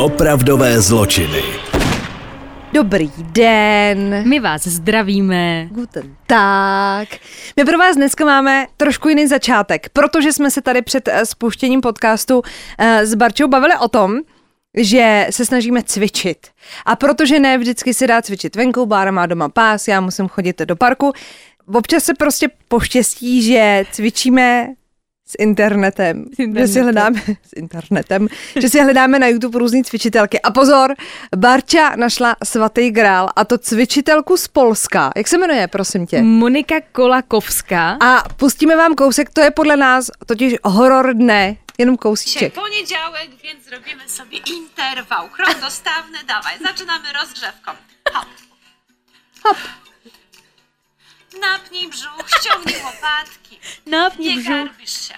Opravdové zločiny. Dobrý den. My vás zdravíme. Guten Tag. My pro vás dneska máme trošku jiný začátek, protože jsme se tady před spuštěním podcastu s Barčou bavili o tom, že se snažíme cvičit. A protože ne vždycky se dá cvičit venku, Bára má doma pás, já musím chodit do parku. Občas se prostě poštěstí, že cvičíme s internetem. Že si hledáme na YouTube různý cvičitelky. A pozor, Barča našla svatý grál, a to cvičitelku z Polska. Jak se jmenuje, prosím tě? Monika Kolakovská. A pustíme vám kousek, to je podle nás totiž horor dne. Jenom kousíček. Poniedziałek, więc zrobimy sobie interwał chronostawny. Dawaj, zaczynamy rozgrzewką. Hop. Hop. Napnij brzuch, ściągnij łopatki. Napnij Nie brzuch. garbisz się.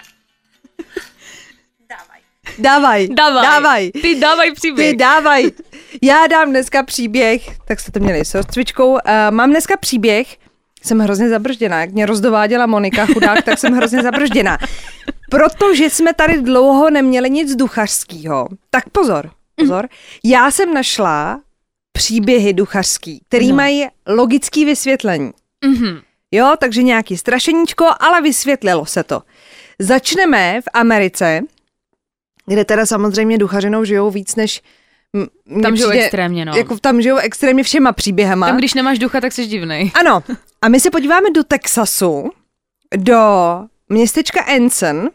Dawaj. Dávaj. Ty dávaj příběh. Ty dávaj. Já dám dneska příběh, tak jste to měli s cvičkou. Mám dneska příběh, jsem hrozně zabržděná. Jak mě rozdováděla Monika, chudák, tak jsem hrozně zabržděná. Protože jsme tady dlouho neměli nic duchařského. Tak pozor. Já jsem našla příběhy duchařský, který mají logické vysvětlení. Mhm. Jo, takže nějaký strašeníčko, ale vysvětlilo se to. Začneme v Americe, kde teda samozřejmě duchařinou žijou víc než... Tam žijou extrémně, no. Jako tam žijou extrémně všema příběhama. Tam když nemáš ducha, tak jsi divnej. Ano. A my se podíváme do Texasu, do městečka Anson,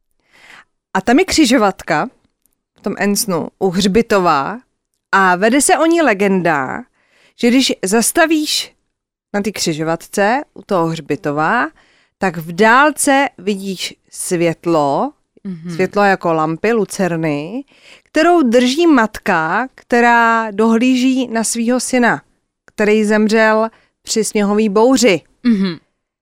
a tam je křižovatka, v tom Ansonu, u hřbitova, a vede se o ní legenda, že když zastavíš na ty křižovatce u toho hřbitova, tak v dálce vidíš světlo, světlo jako lampy, lucerny, kterou drží matka, která dohlíží na svýho syna, který zemřel při sněhové bouři. Mhm.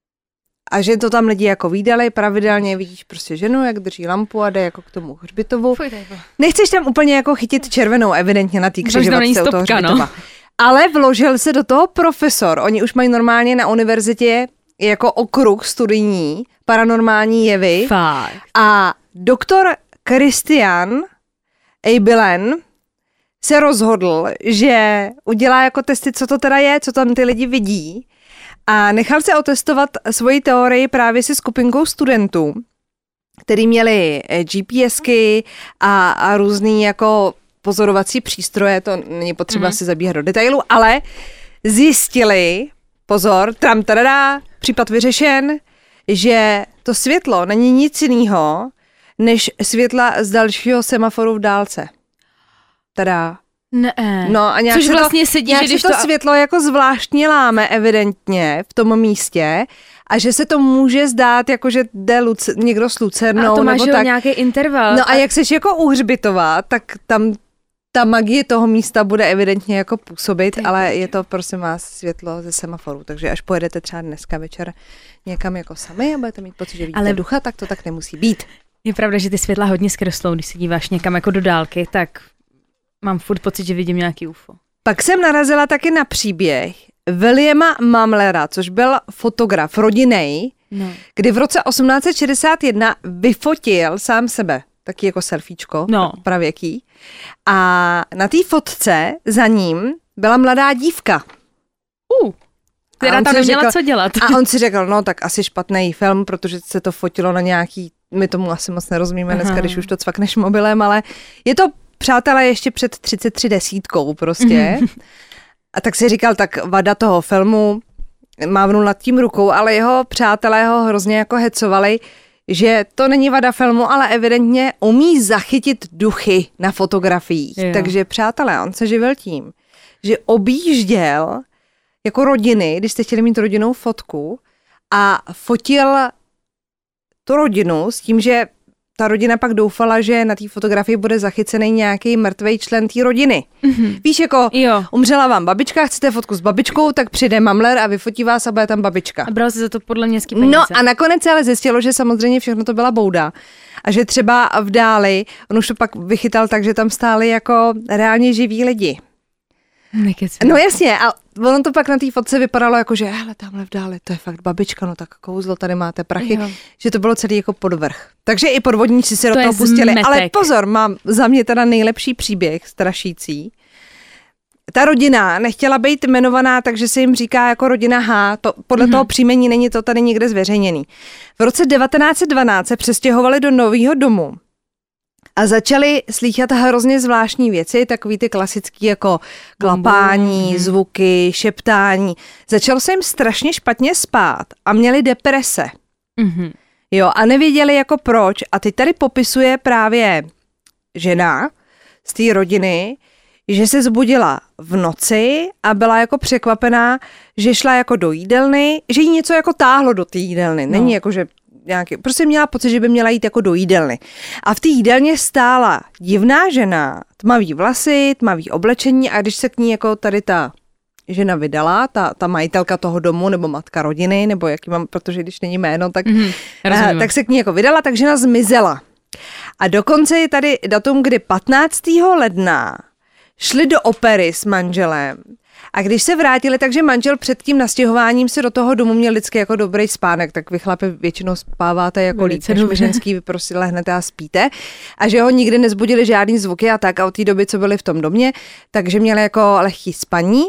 A že to tam lidi jako vídali, pravidelně vidíš prostě ženu, jak drží lampu a jde jako k tomu hřbitovu. Nechceš tam úplně jako chytit červenou evidentně na té křižovatce u toho hřbitova. No. Ale vložil se do toho profesor. Oni už mají normálně na univerzitě jako okruh studijní paranormální jevy. Fakt. A doktor Christian Abelen se rozhodl, že udělá jako testy, co to teda je, co tam ty lidi vidí. A nechal se otestovat svoji teorii právě se skupinkou studentů, který měli GPSky a různý jako pozorovací přístroje, to není potřeba si zabíhat do detailu, ale zjistili, pozor, případ vyřešen, že to světlo není nic jiného, než světla z dalšího semaforu v dálce. Tada. Ne. No a nějak což se vlastně sedí, že když to světlo jako zvláštně láme evidentně v tom místě a že se to může zdát, jako že jde někdo s lucernou. A to máš nebo tak. Nějaký interval. No a jak seš jako u hřbitova, tak tam ta magie toho místa bude evidentně jako působit, ale je to prosím vás světlo ze semaforu, takže až pojedete třeba dneska večer někam jako sami a budete mít pocit, že vidíte ducha, tak to tak nemusí být. Je pravda, že ty světla hodně zkreslou, když se díváš někam jako do dálky, tak mám furt pocit, že vidím nějaký UFO. Pak jsem narazila taky na příběh Williama Mamlera, což byl fotograf rodinnej, kdy v roce 1861 vyfotil sám sebe, taky jako selfiečko, pravěký. A na té fotce za ním byla mladá dívka. Která tam neměla co dělat. A on si řekl, no tak asi špatný film, protože se to fotilo na nějaký, my tomu asi moc nerozumíme dneska, když už to cvakneš mobilem, ale je to, přátelé, ještě před 33 desítkou prostě. A tak si říkal, tak vada toho filmu, mávnul nad tím rukou, ale jeho přátelé ho hrozně jako hecovali, že to není vada filmu, ale evidentně umí zachytit duchy na fotografiích. Jo. Takže přátelé, on se živil tím, že objížděl jako rodiny, když jste chtěli mít rodinnou fotku, a fotil tu rodinu s tím, že ta rodina pak doufala, že na té fotografii bude zachycený nějaký mrtvej člen té rodiny. Víš, jako umřela vám babička, chcete fotku s babičkou, tak přijde Mamler a vyfotí vás a bude tam babička. A bral si za to podle městský peníze. No a nakonec se ale zjistilo, že samozřejmě všechno to byla bouda. A že třeba v dáli, on už to pak vychytal tak, že tam stáli jako reálně živí lidi. Nekec. No jasně, a ono to pak na té fotce vypadalo jako, že hele, tamhle vdále, to je fakt babička, no tak kouzlo, tady máte prachy, že to bylo celý jako podvrh. Takže i podvodníci se do toho pustili. Zmetek. Ale pozor, mám za mě teda nejlepší příběh, strašící. Ta rodina nechtěla být jmenovaná, takže se jim říká jako rodina H. Podle toho příjmení není to tady nikde zveřejněný. V roce 1912 se přestěhovali do nového domu a začali slýchat hrozně zvláštní věci, takový ty klasický jako klapání, zvuky, šeptání. Začalo se jim strašně špatně spát a měli deprese. Jo, a nevěděli jako proč. A teď tady popisuje právě žena z té rodiny, že se zbudila v noci a byla jako překvapená, že šla jako do jídelny, že jí něco jako táhlo do té jídelny. Není jako, že nějaký, prostě měla pocit, že by měla jít jako do jídelny. A v té jídelně stála divná žena, tmavý vlasy, tmavý oblečení a když se k ní jako tady ta žena vydala, ta majitelka toho domu nebo matka rodiny, nebo jaký mám, protože když není jméno, tak se k ní jako vydala, tak žena zmizela. A dokonce je tady datum, kdy 15. ledna šli do opery s manželem a když se vrátili, takže manžel před tím nastěhováním se do toho domu měl vždycky jako dobrý spánek, tak vy chlapi většinou spáváte jako líp, než my ženský, vy prostě lehnete a spíte a že ho nikdy nezbudili žádný zvuky a tak a od té doby, co byli v tom domě, takže měli jako lehký spaní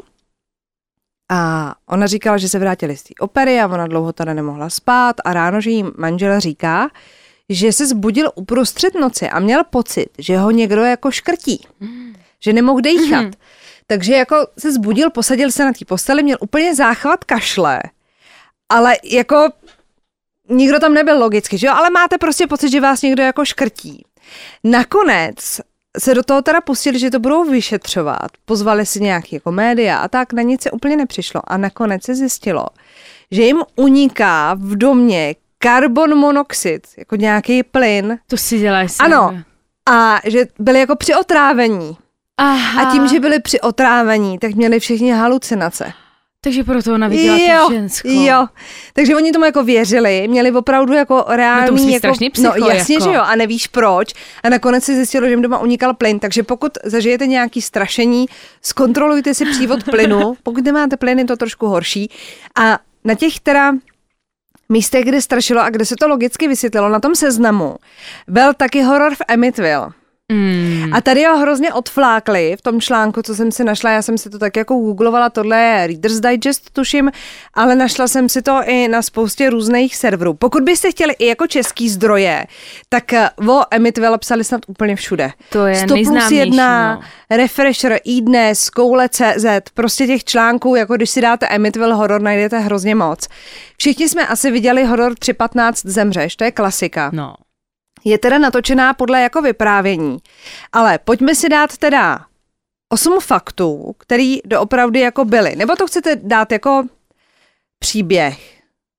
a ona říkala, že se vrátili z té opery a ona dlouho tady nemohla spát a ráno, že jí manžel říká, že se zbudil uprostřed noci a měl pocit, že ho někdo jako škrtí. Že nemohl dejchat. Takže jako se zbudil, posadil se na té posteli, měl úplně záchvat kašle, ale jako nikdo tam nebyl logicky, že jo? Ale máte prostě pocit, že vás někdo jako škrtí. Nakonec se do toho teda pustili, že to budou vyšetřovat, pozvali si nějaký jako média a tak, na nic se úplně nepřišlo. A nakonec se zjistilo, že jim uniká v domě karbon monoxid, jako nějaký plyn. To si děláš sám. Ano. A že byli jako při otrávení. Aha. A tím, že byli při otrávení, tak měli všichni halucinace. Takže proto ona viděla to žensko. Jo, takže oni tomu jako věřili, měli opravdu jako reální... No to musí být jako, strašný psycho, no jasně, jako. že jo, a nevíš proč. A nakonec se zjistilo, že jim doma unikal plyn, takže pokud zažijete nějaký strašení, zkontrolujte si přívod plynu, pokud nemáte plyn, je to trošku horší. A na těch teda místech, kde strašilo a kde se to logicky vysvětlilo, na tom seznamu byl taky horor v Amityville. A tady ho hrozně odflákli v tom článku, co jsem si našla, já jsem si to tak jako googlovala, tohle je Reader's Digest, tuším, ale našla jsem si to i na spoustě různých serverů. Pokud byste chtěli i jako český zdroje, tak o Amityville psali snad úplně všude. To je 100+1, no. Refresher, iDnes, Koule.cz, prostě těch článků, jako když si dáte Amityville horor, najdete hrozně moc. Všichni jsme asi viděli horor 3:15 zemřeš, to je klasika. No. Je teda natočená podle jako vyprávění. Ale pojďme si dát teda 8 faktů, který doopravdy jako byly. Nebo to chcete dát jako příběh?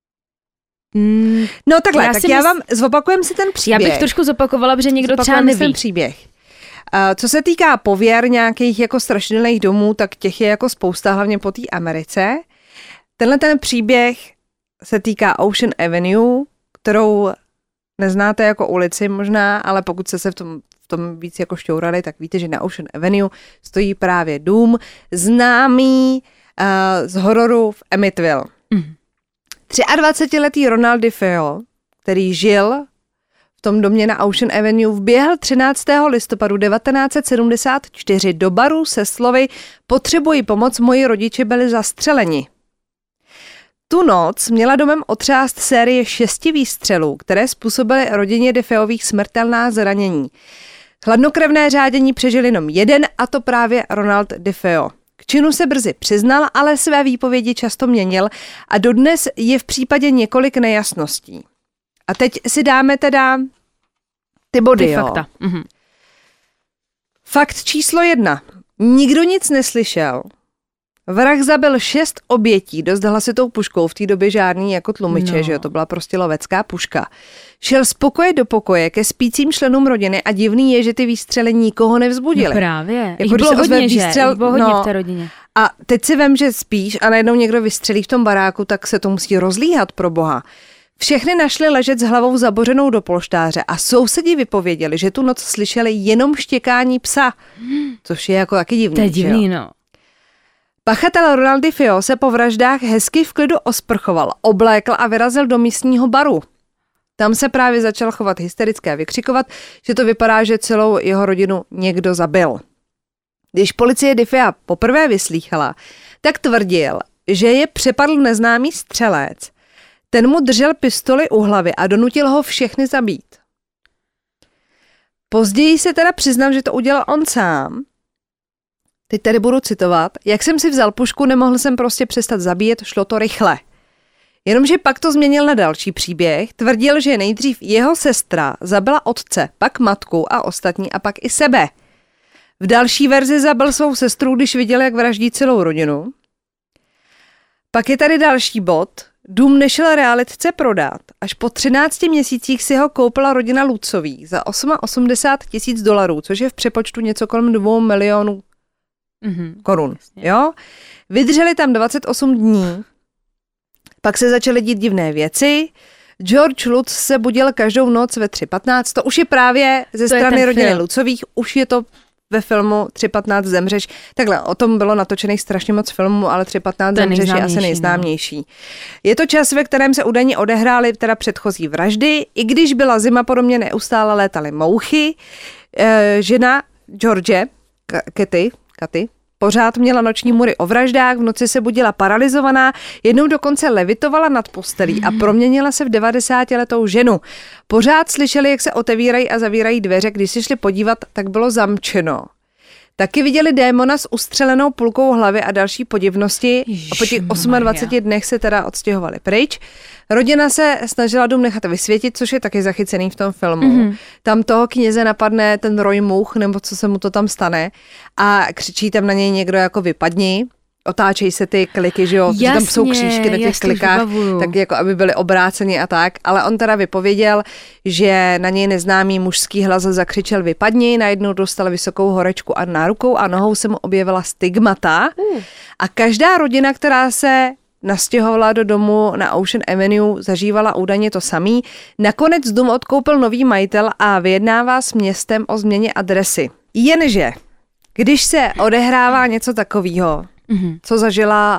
No takhle, tak já vám zopakujem si ten příběh. Já bych trošku zopakovala, protože někdo třeba neví. Ten příběh. Co se týká pověr nějakých jako strašidelných domů, tak těch je jako spousta, hlavně po té Americe. Tenhle ten příběh se týká Ocean Avenue, kterou neznáte jako ulici možná, ale pokud jste se v tom víc jako šťourali, tak víte, že na Ocean Avenue stojí právě dům známý z hororu v Amityville. 23letý Ronald DeFeo, který žil v tom domě na Ocean Avenue, vběhl 13. listopadu 1974 do baru se slovy "Potřebuji pomoc, moji rodiče byli zastřeleni". Tu noc měla domem otřást série 6 výstřelů, které způsobily rodině DeFeových smrtelná zranění. Chladnokrevné řádění přežil jenom jeden, a to právě Ronald DeFeo. K činu se brzy přiznal, ale své výpovědi často měnil a dodnes je v případě několik nejasností. A teď si dáme teda ty body, ty fakta. Fakt číslo 1. Nikdo nic neslyšel. Vrah zabil 6 obětí dost hlasitou puškou, v té době žádný jako tlumiče, že jo, to byla prostě lovecká puška. Šel z pokoje do pokoje ke spícím členům rodiny a divný je, že ty výstřely nikoho nevzbudily. No právě, jako bylo hodně, bylo hodně v té rodině. A teď si vem, že spíš a najednou někdo vystřelí v tom baráku, tak se to musí rozlíhat, pro boha. Všechny našli ležet s hlavou zabořenou do polštáře a sousedi vypověděli, že tu noc slyšeli jenom štěkání psa, což je jako taky divný. To je divný, no. Pachatel Ronald DeFeo se po vraždách hezky v klidu osprchoval, oblékl a vyrazil do místního baru. Tam se právě začal chovat hystericky a vykřikovat, že to vypadá, že celou jeho rodinu někdo zabil. Když policie DeFea poprvé vyslýchala, tak tvrdil, že je přepadl neznámý střelec. Ten mu držel pistoli u hlavy a donutil ho všechny zabít. Později se teda přiznal, že to udělal on sám. Teď tady budu citovat. Jak jsem si vzal pušku, nemohl jsem prostě přestat zabíjet, šlo to rychle. Jenomže pak to změnil na další příběh. Tvrdil, že nejdřív jeho sestra zabila otce, pak matku a ostatní a pak i sebe. V další verzi zabil svou sestru, když viděl, jak vraždí celou rodinu. Pak je tady další bod. Dům nešel realitce prodat. Až po 13 měsících si ho koupila rodina Lucových za $88,000, což je v přepočtu něco kolem 2 milionů korun. Jo? Vydrželi tam 28 dní, pak se začaly dít divné věci. George Lutz se budil každou noc ve 3:15. To už je právě ze strany rodiny Lucových, už je to ve filmu 3:15 zemřeš. Takhle, o tom bylo natočených strašně moc filmů, ale 3:15 zemřeš je asi nejznámější. No. Je to čas, ve kterém se údajně odehrály teda předchozí vraždy, i když byla zima, podobně neustále létaly mouchy. Žena George, Katy, pořád měla noční mury o vraždách, v noci se budila paralizovaná, jednou dokonce levitovala nad postelí a proměnila se v 90letou ženu. Pořád slyšeli, jak se otevírají a zavírají dveře, když si šli podívat, tak bylo zamčeno. Taky viděli démona s ustřelenou půlkou hlavy a další podivnosti a po těch 28 dnech se teda odstěhovali pryč. Rodina se snažila dům nechat vysvětit, což je taky zachycený v tom filmu. Tam toho kněze napadne ten Roy Moore, nebo co se mu to tam stane a křičí tam na něj někdo jako vypadni. Otáčejí se ty kliky, že jo, jasně, tam jsou křížky na těch klikách, tak jako aby byly obráceni a tak, ale on teda vypověděl, že na něj neznámý mužský hlas zakřičel vypadni, najednou dostal vysokou horečku a na rukou a nohou se mu objevila stigmata a každá rodina, která se nastěhovala do domu na Ocean Avenue, zažívala údajně to samý. Nakonec dům odkoupil nový majitel a vyjednává s městem o změně adresy. Jenže, když se odehrává něco takového, co zažila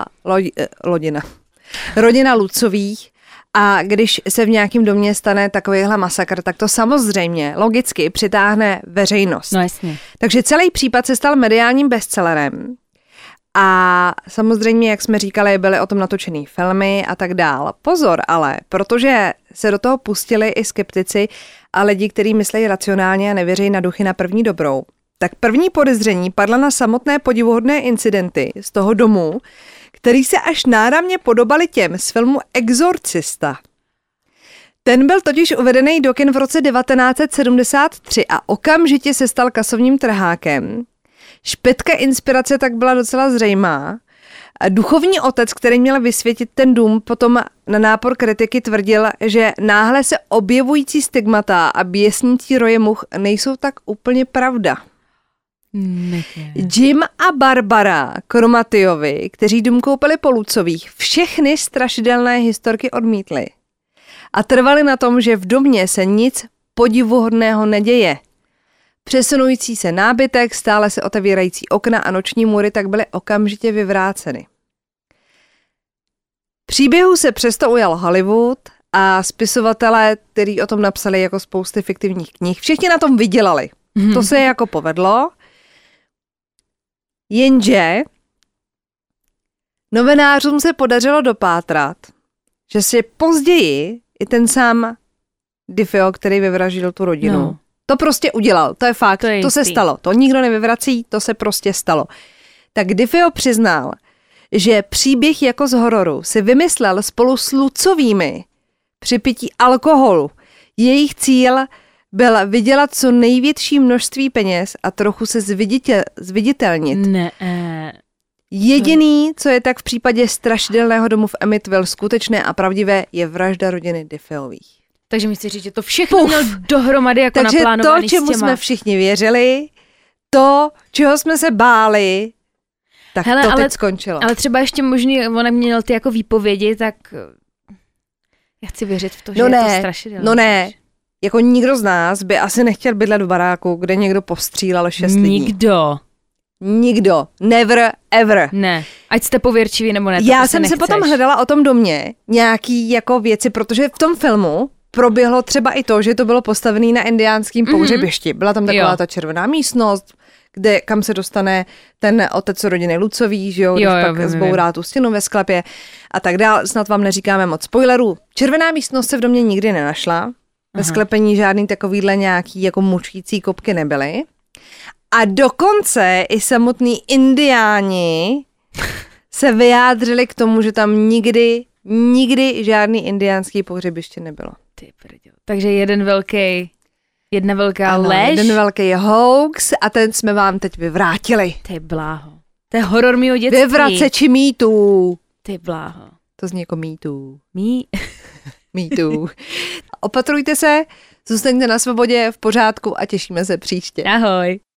rodina Lucových a když se v nějakém domě stane takovýhle masakr, tak to samozřejmě logicky přitáhne veřejnost. No jasně. Takže celý případ se stal mediálním bestsellerem a samozřejmě, jak jsme říkali, byly o tom natočený filmy a tak dál. Pozor ale, protože se do toho pustili i skeptici a lidi, kteří myslí racionálně a nevěří na duchy na první dobrou. Tak první podezření padla na samotné podivuhodné incidenty z toho domu, který se až náramně podobaly těm z filmu Exorcista. Ten byl totiž uvedený do kin v roce 1973 a okamžitě se stal kasovním trhákem. Špitka inspirace tak byla docela zřejmá. Duchovní otec, který měl vysvětit ten dům, potom na nápor kritiky tvrdil, že náhle se objevující stigmata a běsnící roje much nejsou tak úplně pravda. Jim a Barbara Kromatiovi, kteří dům koupili po Lucových, všechny strašidelné historky odmítli. A trvali na tom, že v domě se nic podivuhodného neděje. Přesunující se nábytek, stále se otevírající okna a noční můry tak byly okamžitě vyvráceny. Příběhu se přesto ujal Hollywood a spisovatelé, kteří o tom napsali jako spousty fiktivních knih, všichni na tom vydělali. To se jako povedlo. Jenže novinářům se podařilo dopátrat, že si později i ten sám DeFeo, který vyvraždil tu rodinu, to prostě udělal, to je fakt, to se stalo. To nikdo nevyvrací, to se prostě stalo. Tak DeFeo přiznal, že příběh jako z hororu si vymyslel spolu s Lucovými při pití alkoholu. Jejich cíl byl vydělat co největší množství peněz a trochu se zviditelnit. Jediný, co je tak v případě strašidelného domu v Amityville skutečné a pravdivé, je vražda rodiny DeFeových. Takže mi chci říct, že to všechno měl dohromady jako takže naplánovaný. Takže to, čemu jsme všichni věřili, to, čeho jsme se báli, tak hele, to teď skončilo. Ale třeba ještě možný, on měl ty jako výpovědi, tak já chci věřit v to, že je to strašidelné. No ne, jako nikdo z nás by asi nechtěl bydlet v baráku, kde někdo postřílel 6 lidí. Nikdo. Nikdo. Never, ever. Ne. Ať jste pověrčiví nebo ne. Já jsem se potom hledala o tom domě nějaký jako věci, protože v tom filmu proběhlo třeba i to, že to bylo postavené na indiánském pohřebišti. Byla tam taková ta červená místnost, kam se dostane ten otec rodiny Lucový, že jo, když pak zbourá tu stěnu ve sklepě a tak dál. Snad vám neříkáme moc spoilerů. Červená místnost se v domě nikdy nenašla. Ve sklepení žádný takovýhle nějaký jako mučící kopky nebyly. A dokonce i samotní indiáni se vyjádřili k tomu, že tam nikdy žádný indiánský pohřebiště nebylo. Ty prděl. Takže jedna velká lež. Jeden velký hoax a ten jsme vám teď vyvrátili. Ty bláho. To je horor mýho dětství. Vyvraceči mýtů. Ty bláho. To zní jako mýtů. Mýtů. Opatrujte se, zůstaňte na svobodě, v pořádku a těšíme se příště. Ahoj.